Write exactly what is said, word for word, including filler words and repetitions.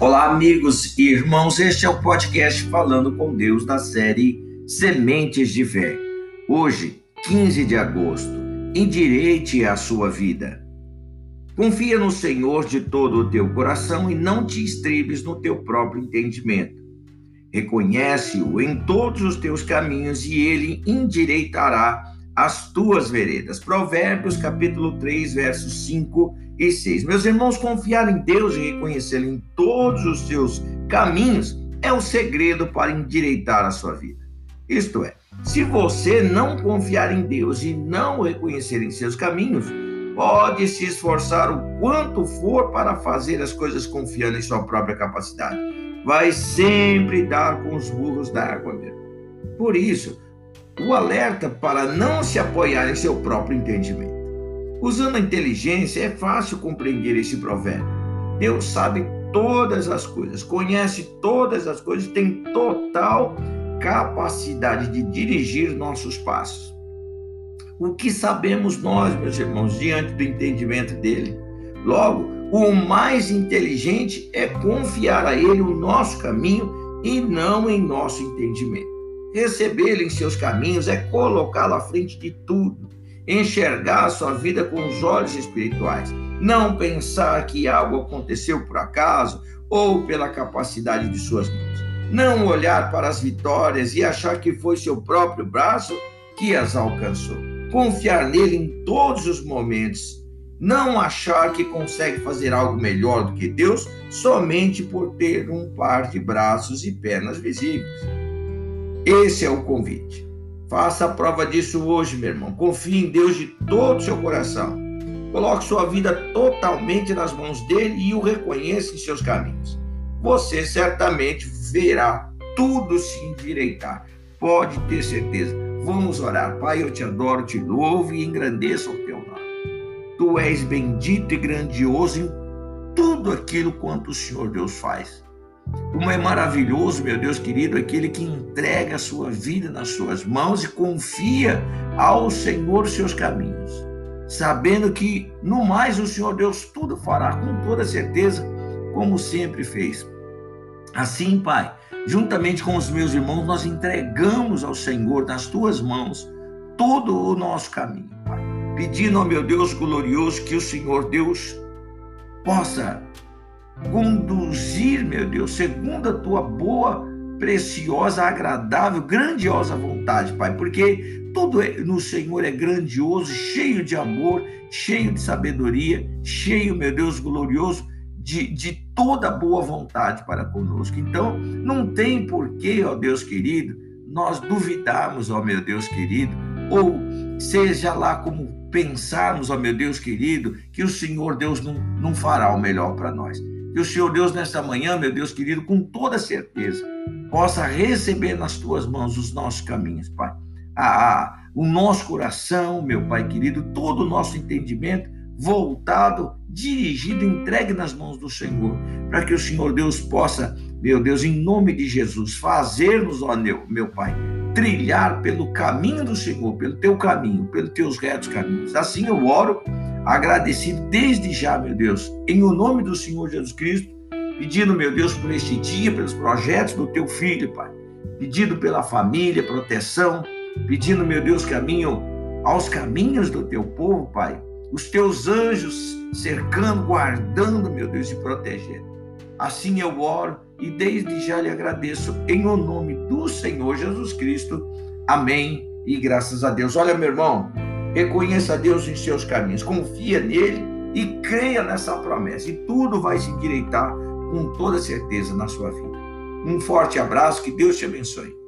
Olá, amigos e irmãos, este é o podcast Falando com Deus da série Sementes de Fé. Hoje, quinze de agosto, endireite a sua vida. Confia no Senhor de todo o teu coração e não te estribes no teu próprio entendimento. Reconhece-o em todos os teus caminhos e ele endireitará as tuas veredas. Provérbios capítulo três, versos cinco e seis. Meus irmãos, confiar em Deus e reconhecê-lo em todos os seus caminhos é o segredo para endireitar a sua vida. Isto é, se você não confiar em Deus e não o reconhecer em seus caminhos, pode se esforçar o quanto for para fazer as coisas confiando em sua própria capacidade. Vai sempre dar com os burros da água mesmo. Por isso, o alerta para não se apoiar em seu próprio entendimento. Usando a inteligência, é fácil compreender esse provérbio. Deus sabe todas as coisas, conhece todas as coisas, tem total capacidade de dirigir nossos passos. O que sabemos nós, meus irmãos, diante do entendimento dele? Logo, o mais inteligente é confiar a ele o nosso caminho e não em nosso entendimento. Recebê-lo em seus caminhos é colocá-lo à frente de tudo, enxergar a sua vida com os olhos espirituais, não pensar que algo aconteceu por acaso ou pela capacidade de suas mãos, não olhar para as vitórias e achar que foi seu próprio braço que as alcançou, confiar nele em todos os momentos, não achar que consegue fazer algo melhor do que Deus somente por ter um par de braços e pernas visíveis. Esse é o convite. Faça a prova disso hoje, meu irmão. Confie em Deus de todo o seu coração. Coloque sua vida totalmente nas mãos dele e o reconheça em seus caminhos. Você certamente verá tudo se endireitar. Pode ter certeza. Vamos orar. Pai, eu te adoro, te louvo e engrandeço o teu nome. Tu és bendito e grandioso em tudo aquilo quanto o Senhor Deus faz. Como é maravilhoso, meu Deus querido, aquele que entrega a sua vida nas suas mãos e confia ao Senhor seus caminhos, sabendo que no mais o Senhor Deus tudo fará com toda certeza, como sempre fez. Assim, Pai, juntamente com os meus irmãos, nós entregamos ao Senhor nas tuas mãos todo o nosso caminho, Pai, pedindo ao meu Deus glorioso que o Senhor Deus possa conduzir, meu Deus, segundo a tua boa, preciosa, agradável, grandiosa vontade, Pai, porque tudo no Senhor é grandioso, cheio de amor, cheio de sabedoria, cheio, meu Deus, glorioso, de, de toda boa vontade para conosco. Então, não tem porquê, ó Deus querido, nós duvidarmos, ó meu Deus querido, ou seja lá como pensarmos, ó meu Deus querido, que o Senhor Deus não, não fará o melhor para nós. Que o Senhor Deus, nesta manhã, meu Deus querido, com toda certeza, possa receber nas tuas mãos os nossos caminhos, Pai. Ah, ah, o nosso coração, meu Pai querido, todo o nosso entendimento voltado, dirigido, entregue nas mãos do Senhor, para que o Senhor Deus possa, meu Deus, em nome de Jesus, fazer-nos, ó meu, meu Pai, trilhar pelo caminho do Senhor, pelo teu caminho, pelos teus retos caminhos. Assim eu oro, agradecido desde já, meu Deus, em o nome do Senhor Jesus Cristo, pedindo, meu Deus, por este dia, pelos projetos do teu filho, Pai, pedindo pela família, proteção, pedindo, meu Deus, caminho aos caminhos do teu povo, Pai, os teus anjos cercando, guardando, meu Deus, e protegendo. Assim eu oro e desde já lhe agradeço em o nome do Senhor Jesus Cristo. Amém e graças a Deus. Olha, meu irmão, reconheça Deus em seus caminhos, confia nele e creia nessa promessa e tudo vai se endireitar com toda certeza na sua vida. Um forte abraço, que Deus te abençoe.